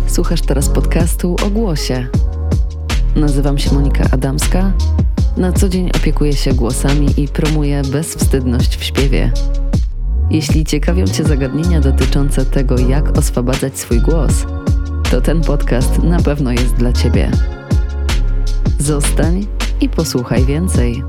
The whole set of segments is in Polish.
Słuchasz teraz podcastu o głosie. Nazywam się Monika Adamska. Na co dzień opiekuję się głosami i promuję bezwstydność w śpiewie. Jeśli ciekawią Cię zagadnienia dotyczące tego, jak oswabadzać swój głos, to ten podcast na pewno jest dla Ciebie. Zostań i posłuchaj więcej.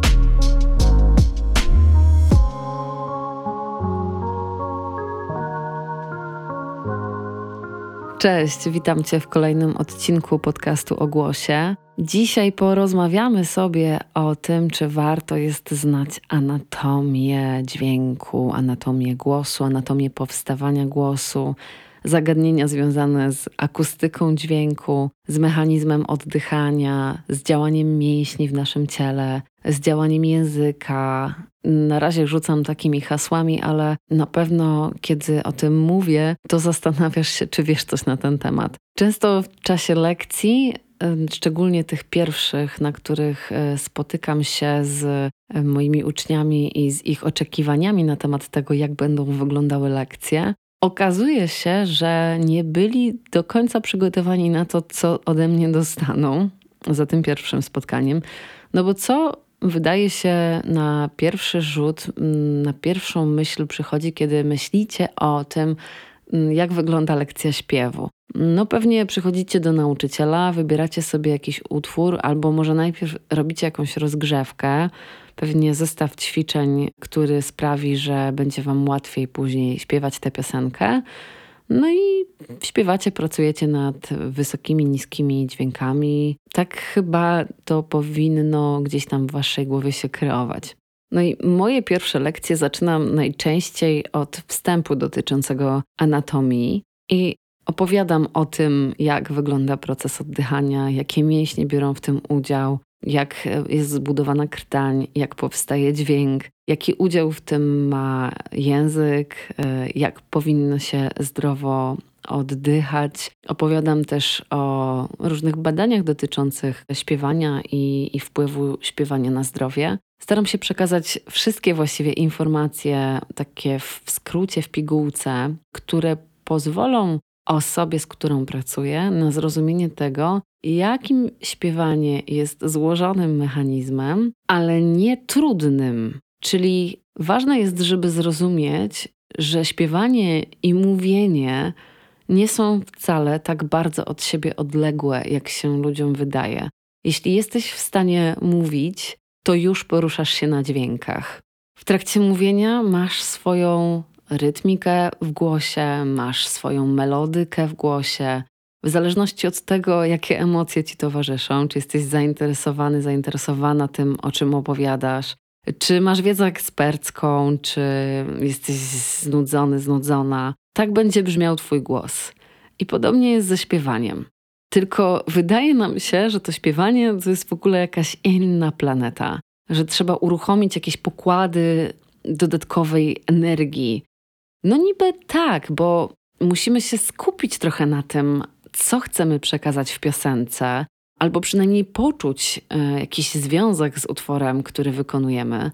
Cześć, witam Cię w kolejnym odcinku podcastu o głosie. Dzisiaj porozmawiamy sobie o tym, czy warto jest znać anatomię dźwięku, anatomię głosu, anatomię powstawania głosu, zagadnienia związane z akustyką dźwięku, z mechanizmem oddychania, z działaniem mięśni w naszym ciele, z działaniem języka. Na razie rzucam takimi hasłami, ale na pewno kiedy o tym mówię, to zastanawiasz się, czy wiesz coś na ten temat. Często w czasie lekcji, szczególnie tych pierwszych, na których spotykam się z moimi uczniami i z ich oczekiwaniami na temat tego, jak będą wyglądały lekcje, okazuje się, że nie byli do końca przygotowani na to, co ode mnie dostaną za tym pierwszym spotkaniem. No bo co wydaje się na pierwszy rzut, na pierwszą myśl przychodzi, kiedy myślicie o tym, jak wygląda lekcja śpiewu. No pewnie przychodzicie do nauczyciela, wybieracie sobie jakiś utwór, albo może najpierw robicie jakąś rozgrzewkę, pewnie zestaw ćwiczeń, który sprawi, że będzie Wam łatwiej później śpiewać tę piosenkę. No i śpiewacie, pracujecie nad wysokimi, niskimi dźwiękami. Tak chyba to powinno gdzieś tam w Waszej głowie się kreować. No i moje pierwsze lekcje zaczynam najczęściej od wstępu dotyczącego anatomii i opowiadam o tym, jak wygląda proces oddychania, jakie mięśnie biorą w tym udział, jak jest zbudowana krtań, jak powstaje dźwięk, jaki udział w tym ma język, jak powinno się zdrowo oddychać. Opowiadam też o różnych badaniach dotyczących śpiewania i wpływu śpiewania na zdrowie. Staram się przekazać wszystkie właściwie informacje, takie w skrócie, w pigułce, które pozwolą osobie, z którą pracuję, na zrozumienie tego, jakim śpiewanie jest złożonym mechanizmem, ale nie trudnym. Czyli ważne jest, żeby zrozumieć, że śpiewanie i mówienie nie są wcale tak bardzo od siebie odległe, jak się ludziom wydaje. Jeśli jesteś w stanie mówić, to już poruszasz się na dźwiękach. W trakcie mówienia masz swoją rytmikę w głosie, masz swoją melodykę w głosie. W zależności od tego, jakie emocje Ci towarzyszą, czy jesteś zainteresowany, zainteresowana tym, o czym opowiadasz, czy masz wiedzę ekspercką, czy jesteś znudzony, znudzona, tak będzie brzmiał Twój głos. I podobnie jest ze śpiewaniem. Tylko wydaje nam się, że to śpiewanie to jest w ogóle jakaś inna planeta, że trzeba uruchomić jakieś pokłady dodatkowej energii. No niby tak, bo musimy się skupić trochę na tym, co chcemy przekazać w piosence, albo przynajmniej poczuć jakiś związek z utworem, który wykonujemy,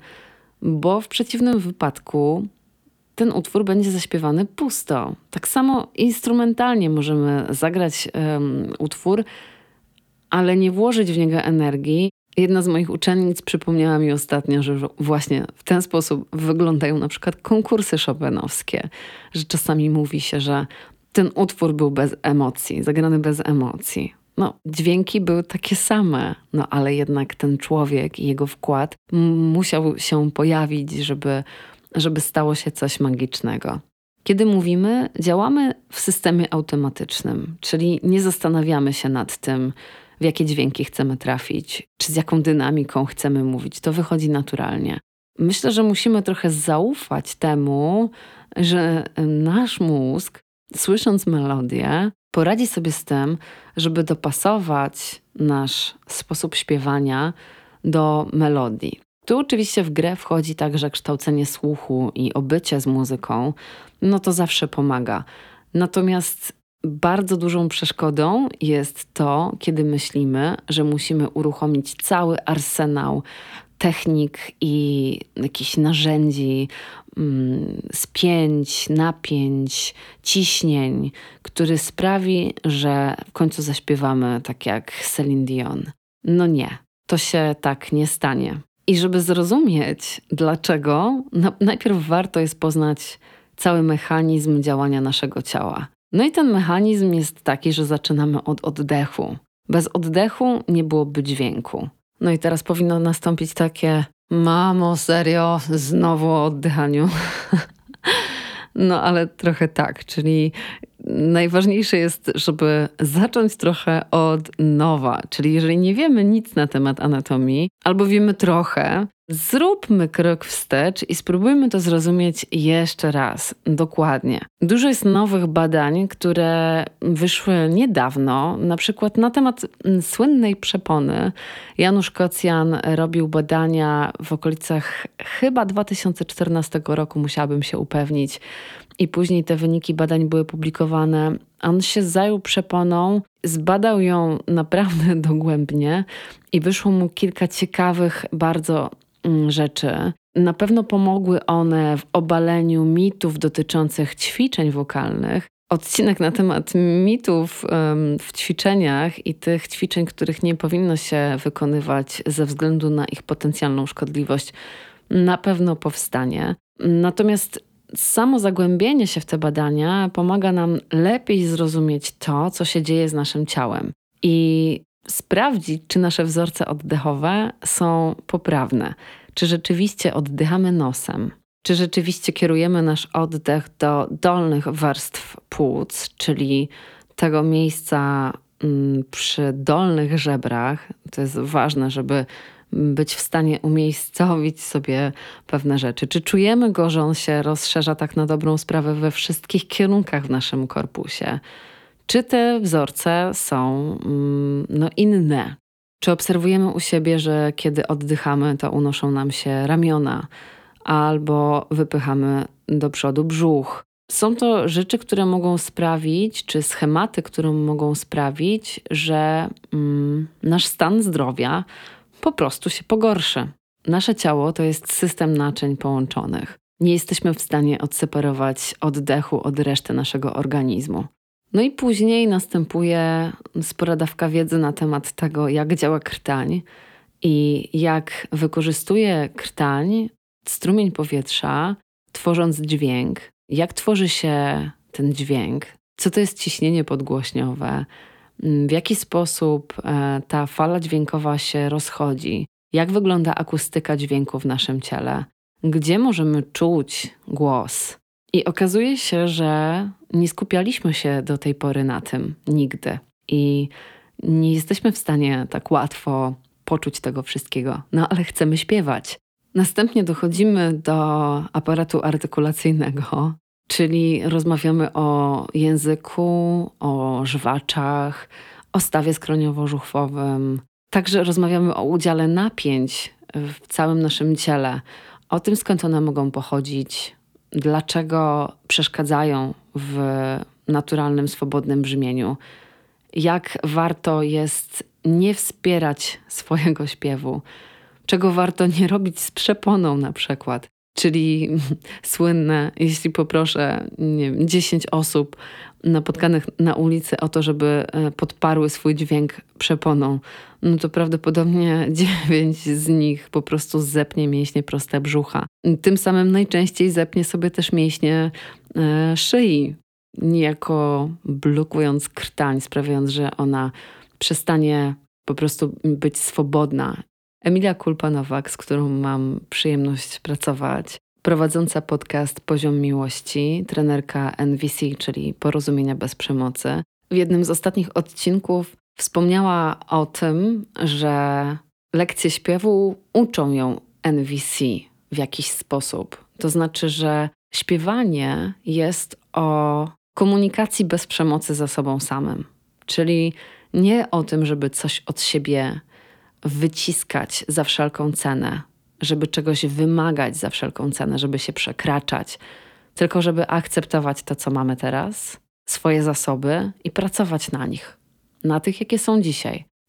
bo w przeciwnym wypadku ten utwór będzie zaśpiewany pusto. Tak samo instrumentalnie możemy zagrać utwór, ale nie włożyć w niego energii. Jedna z moich uczennic przypomniała mi ostatnio, że właśnie w ten sposób wyglądają na przykład konkursy chopinowskie, że czasami mówi się, że ten utwór był bez emocji, zagrany bez emocji. No, dźwięki były takie same, no ale jednak ten człowiek i jego wkład musiał się pojawić, żeby stało się coś magicznego. Kiedy mówimy, działamy w systemie automatycznym, czyli nie zastanawiamy się nad tym, w jakie dźwięki chcemy trafić, czy z jaką dynamiką chcemy mówić. To wychodzi naturalnie. Myślę, że musimy trochę zaufać temu, że nasz mózg, słysząc melodię, poradzi sobie z tym, żeby dopasować nasz sposób śpiewania do melodii. Tu oczywiście w grę wchodzi także kształcenie słuchu i obycie z muzyką. No to zawsze pomaga. Natomiast bardzo dużą przeszkodą jest to, kiedy myślimy, że musimy uruchomić cały arsenał technik i jakichś narzędzi, spięć, napięć, ciśnień, który sprawi, że w końcu zaśpiewamy tak jak Celine Dion. No nie, to się tak nie stanie. I żeby zrozumieć dlaczego, najpierw warto jest poznać cały mechanizm działania naszego ciała. No i ten mechanizm jest taki, że zaczynamy od oddechu. Bez oddechu nie byłoby dźwięku. No i teraz powinno nastąpić takie: mamo, serio, znowu o oddychaniu. No ale trochę tak, czyli najważniejsze jest, żeby zacząć trochę od nowa. Czyli jeżeli nie wiemy nic na temat anatomii, albo wiemy trochę, zróbmy krok wstecz i spróbujmy to zrozumieć jeszcze raz, dokładnie. Dużo jest nowych badań, które wyszły niedawno, na przykład na temat słynnej przepony. Janusz Kocjan robił badania w okolicach chyba 2014 roku, musiałabym się upewnić. I później te wyniki badań były publikowane. On się zajął przeponą, zbadał ją naprawdę dogłębnie i wyszło mu kilka ciekawych bardzo rzeczy. Na pewno pomogły one w obaleniu mitów dotyczących ćwiczeń wokalnych. Odcinek na temat mitów w ćwiczeniach i tych ćwiczeń, których nie powinno się wykonywać ze względu na ich potencjalną szkodliwość, na pewno powstanie. Natomiast samo zagłębienie się w te badania pomaga nam lepiej zrozumieć to, co się dzieje z naszym ciałem i sprawdzić, czy nasze wzorce oddechowe są poprawne, czy rzeczywiście oddychamy nosem, czy rzeczywiście kierujemy nasz oddech do dolnych warstw płuc, czyli tego miejsca przy dolnych żebrach. To jest ważne, żeby być w stanie umiejscowić sobie pewne rzeczy. Czy czujemy go, że on się rozszerza tak na dobrą sprawę we wszystkich kierunkach w naszym korpusie? Czy te wzorce są inne? Czy obserwujemy u siebie, że kiedy oddychamy, to unoszą nam się ramiona albo wypychamy do przodu brzuch? Są to rzeczy, które mogą sprawić, czy schematy, które mogą sprawić, że nasz stan zdrowia po prostu się pogorszy. Nasze ciało to jest system naczyń połączonych. Nie jesteśmy w stanie odseparować oddechu od reszty naszego organizmu. No i później następuje spora dawka wiedzy na temat tego, jak działa krtań i jak wykorzystuje krtań strumień powietrza, tworząc dźwięk. Jak tworzy się ten dźwięk? Co to jest ciśnienie podgłośniowe? W jaki sposób ta fala dźwiękowa się rozchodzi? Jak wygląda akustyka dźwięku w naszym ciele? Gdzie możemy czuć głos? I okazuje się, że nie skupialiśmy się do tej pory na tym nigdy. I nie jesteśmy w stanie tak łatwo poczuć tego wszystkiego. No ale chcemy śpiewać. Następnie dochodzimy do aparatu artykulacyjnego, czyli rozmawiamy o języku, o żwaczach, o stawie skroniowo-żuchwowym. Także rozmawiamy o udziale napięć w całym naszym ciele, o tym, skąd one mogą pochodzić, dlaczego przeszkadzają w naturalnym, swobodnym brzmieniu, jak warto jest nie wspierać swojego śpiewu, czego warto nie robić z przeponą na przykład. Czyli słynne, jeśli poproszę 10 osób napotkanych na ulicy o to, żeby podparły swój dźwięk przeponą, no to prawdopodobnie 9 z nich po prostu zepnie mięśnie proste brzucha. Tym samym najczęściej zepnie sobie też mięśnie szyi, niejako blokując krtań, sprawiając, że ona przestanie po prostu być swobodna. Emilia Kulpa-Nowak, z którą mam przyjemność pracować, prowadząca podcast Poziom Miłości, trenerka NVC, czyli Porozumienia bez przemocy, w jednym z ostatnich odcinków wspomniała o tym, że lekcje śpiewu uczą ją NVC w jakiś sposób. To znaczy, że śpiewanie jest o komunikacji bez przemocy ze sobą samym. Czyli nie o tym, żeby coś od siebie wyciskać za wszelką cenę, żeby czegoś wymagać za wszelką cenę, żeby się przekraczać, tylko żeby akceptować to, co mamy teraz, swoje zasoby i pracować na nich, na tych, jakie są dzisiaj.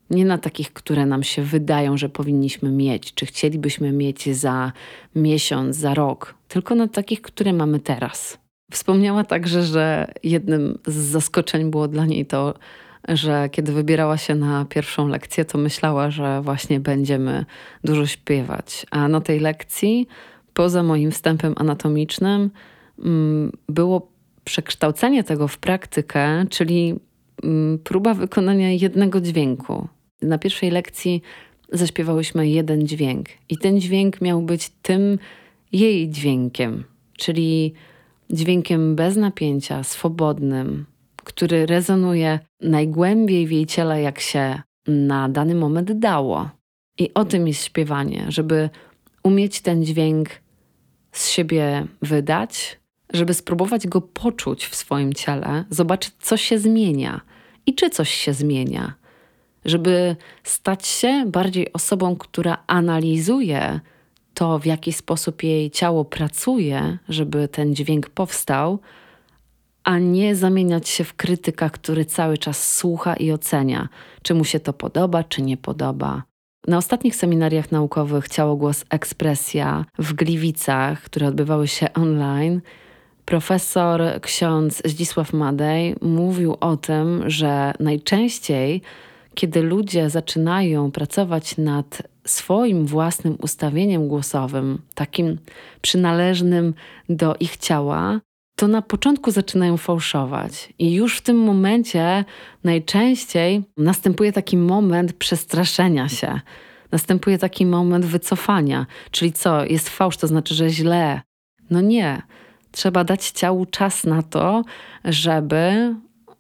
Nie na takich, które nam się wydają, że powinniśmy mieć, czy chcielibyśmy mieć za miesiąc, za rok, tylko na takich, które mamy teraz. Wspomniała także, że jednym z zaskoczeń było dla niej to, że kiedy wybierała się na pierwszą lekcję, to myślała, że właśnie będziemy dużo śpiewać. A na tej lekcji, poza moim wstępem anatomicznym, było przekształcenie tego w praktykę, czyli próba wykonania jednego dźwięku. Na pierwszej lekcji zaśpiewałyśmy jeden dźwięk i ten dźwięk miał być tym jej dźwiękiem, czyli dźwiękiem bez napięcia, swobodnym, który rezonuje najgłębiej w jej ciele, jak się na dany moment dało. I o tym jest śpiewanie, żeby umieć ten dźwięk z siebie wydać, żeby spróbować go poczuć w swoim ciele, zobaczyć, co się zmienia i czy coś się zmienia. Żeby stać się bardziej osobą, która analizuje to, w jaki sposób jej ciało pracuje, żeby ten dźwięk powstał, a nie zamieniać się w krytyka, który cały czas słucha i ocenia, czy mu się to podoba, czy nie podoba. Na ostatnich seminariach naukowych Ciało, Głos, Ekspresja w Gliwicach, które odbywały się online, profesor ksiądz Zdzisław Madej mówił o tym, że najczęściej, kiedy ludzie zaczynają pracować nad swoim własnym ustawieniem głosowym, takim przynależnym do ich ciała, to na początku zaczynają fałszować. I już w tym momencie najczęściej następuje taki moment przestraszenia się. Następuje taki moment wycofania. Czyli co, jest fałsz, to znaczy, że źle. No nie. Trzeba dać ciału czas na to, żeby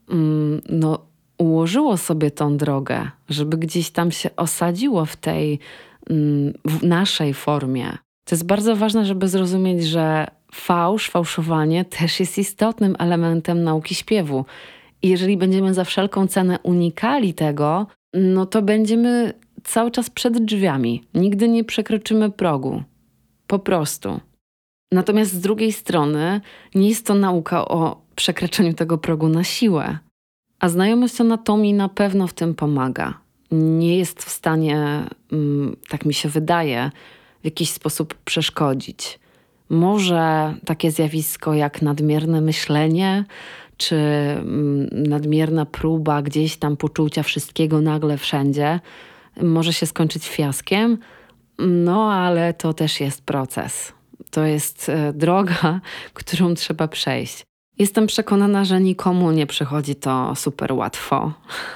ułożyło sobie tą drogę, żeby gdzieś tam się osadziło w tej w naszej formie. To jest bardzo ważne, żeby zrozumieć, że fałszowanie też jest istotnym elementem nauki śpiewu. I jeżeli będziemy za wszelką cenę unikali tego, no to będziemy cały czas przed drzwiami. Nigdy nie przekroczymy progu. Po prostu. Natomiast z drugiej strony nie jest to nauka o przekraczaniu tego progu na siłę. A znajomość anatomii na pewno w tym pomaga. Nie jest w stanie, tak mi się wydaje, w jakiś sposób przeszkodzić. Może takie zjawisko jak nadmierne myślenie, czy nadmierna próba gdzieś tam poczucia wszystkiego nagle wszędzie może się skończyć fiaskiem, no ale to też jest proces. To jest droga, którą trzeba przejść. Jestem przekonana, że nikomu nie przychodzi to super łatwo.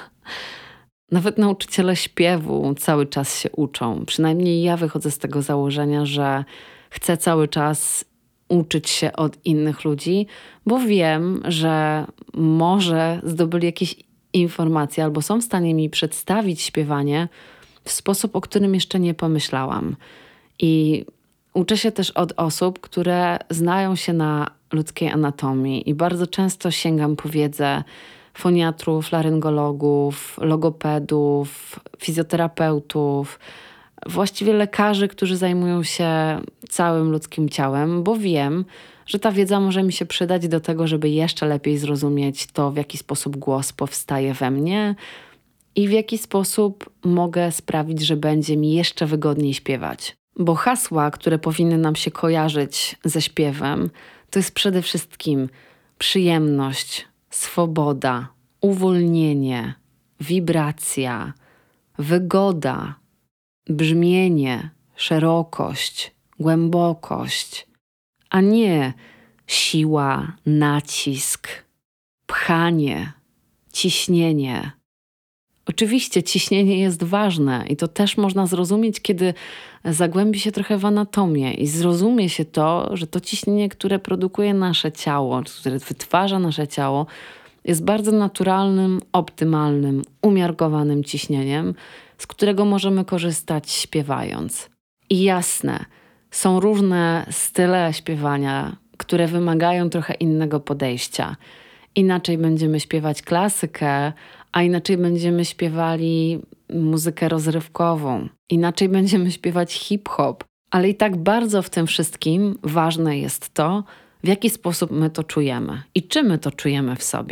Nawet nauczyciele śpiewu cały czas się uczą. Przynajmniej ja wychodzę z tego założenia, że chcę cały czas uczyć się od innych ludzi, bo wiem, że może zdobyli jakieś informacje albo są w stanie mi przedstawić śpiewanie w sposób, o którym jeszcze nie pomyślałam. I uczę się też od osób, które znają się na ludzkiej anatomii i bardzo często sięgam po wiedzę foniatrów, laryngologów, logopedów, fizjoterapeutów, właściwie lekarzy, którzy zajmują się całym ludzkim ciałem, bo wiem, że ta wiedza może mi się przydać do tego, żeby jeszcze lepiej zrozumieć to, w jaki sposób głos powstaje we mnie i w jaki sposób mogę sprawić, że będzie mi jeszcze wygodniej śpiewać. Bo hasła, które powinny nam się kojarzyć ze śpiewem, to jest przede wszystkim przyjemność, swoboda, uwolnienie, wibracja, wygoda, brzmienie, szerokość, głębokość, a nie siła, nacisk, pchanie, ciśnienie. Oczywiście ciśnienie jest ważne i to też można zrozumieć, kiedy zagłębi się trochę w anatomię i zrozumie się to, że to ciśnienie, które produkuje nasze ciało, które wytwarza nasze ciało, jest bardzo naturalnym, optymalnym, umiarkowanym ciśnieniem, z którego możemy korzystać śpiewając. I jasne, są różne style śpiewania, które wymagają trochę innego podejścia. Inaczej będziemy śpiewać klasykę, a inaczej będziemy śpiewali muzykę rozrywkową. Inaczej będziemy śpiewać hip-hop. Ale i tak bardzo w tym wszystkim ważne jest to, w jaki sposób my to czujemy i czy my to czujemy w sobie.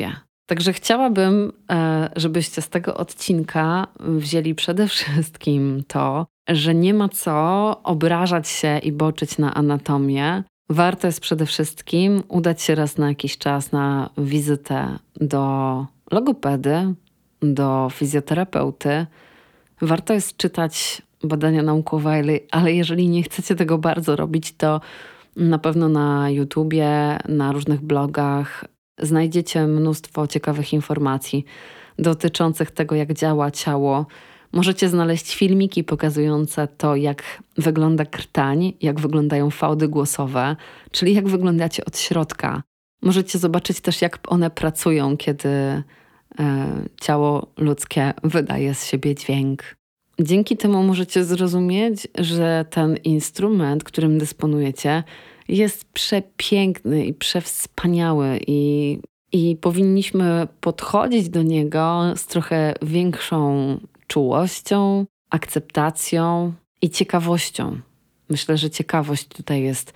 Także chciałabym, żebyście z tego odcinka wzięli przede wszystkim to, że nie ma co obrażać się i boczyć na anatomię. Warto jest przede wszystkim udać się raz na jakiś czas na wizytę do logopedy, do fizjoterapeuty. Warto jest czytać badania naukowe, ale jeżeli nie chcecie tego bardzo robić, to na pewno na YouTubie, na różnych blogach znajdziecie mnóstwo ciekawych informacji dotyczących tego, jak działa ciało. Możecie znaleźć filmiki pokazujące to, jak wygląda krtań, jak wyglądają fałdy głosowe, czyli jak wyglądacie od środka. Możecie zobaczyć też, jak one pracują, kiedy ciało ludzkie wydaje z siebie dźwięk. Dzięki temu możecie zrozumieć, że ten instrument, którym dysponujecie, jest przepiękny i przewspaniały i powinniśmy podchodzić do niego z trochę większą czułością, akceptacją i ciekawością. Myślę, że ciekawość tutaj jest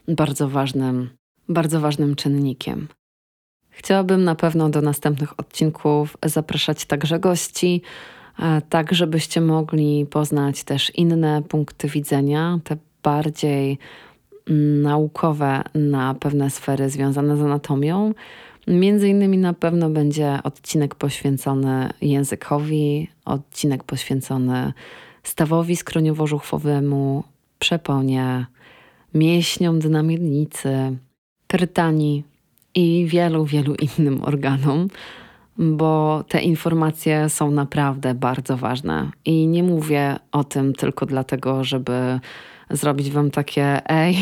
bardzo ważnym czynnikiem. Chciałabym na pewno do następnych odcinków zapraszać także gości, tak żebyście mogli poznać też inne punkty widzenia, te bardziej naukowe na pewne sfery związane z anatomią. Między innymi na pewno będzie odcinek poświęcony językowi, odcinek poświęcony stawowi skroniowo-żuchwowemu, przeponie, mięśniom dna miednicy, krtani i wielu innym organom, bo te informacje są naprawdę bardzo ważne. I nie mówię o tym tylko dlatego, żeby zrobić wam takie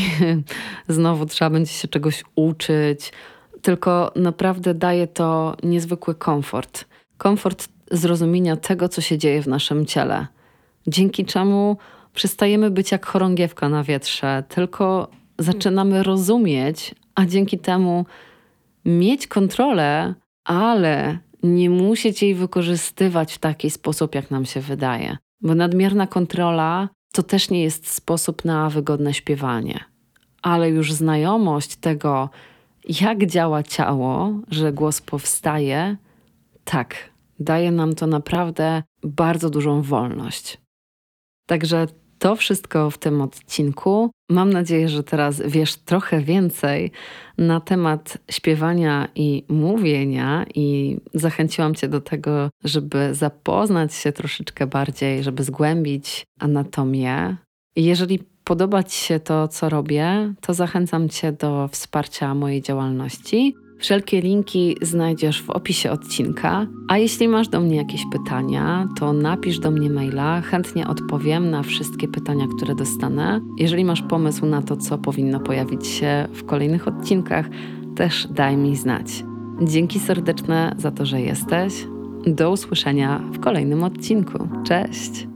znowu trzeba będzie się czegoś uczyć, tylko naprawdę daje to niezwykły komfort. Komfort zrozumienia tego, co się dzieje w naszym ciele. Dzięki czemu przestajemy być jak chorągiewka na wietrze, tylko zaczynamy rozumieć, a dzięki temu mieć kontrolę, ale nie musieć jej wykorzystywać w taki sposób, jak nam się wydaje. Bo nadmierna kontrola to też nie jest sposób na wygodne śpiewanie. Ale już znajomość tego, jak działa ciało, że głos powstaje, tak, daje nam to naprawdę bardzo dużą wolność. Także to wszystko w tym odcinku. Mam nadzieję, że teraz wiesz trochę więcej na temat śpiewania i mówienia i zachęciłam cię do tego, żeby zapoznać się troszeczkę bardziej, żeby zgłębić anatomię. Jeżeli podoba ci się to, co robię, to zachęcam cię do wsparcia mojej działalności. Wszelkie linki znajdziesz w opisie odcinka, a jeśli masz do mnie jakieś pytania, to napisz do mnie maila, chętnie odpowiem na wszystkie pytania, które dostanę. Jeżeli masz pomysł na to, co powinno pojawić się w kolejnych odcinkach, też daj mi znać. Dzięki serdeczne za to, że jesteś. Do usłyszenia w kolejnym odcinku. Cześć!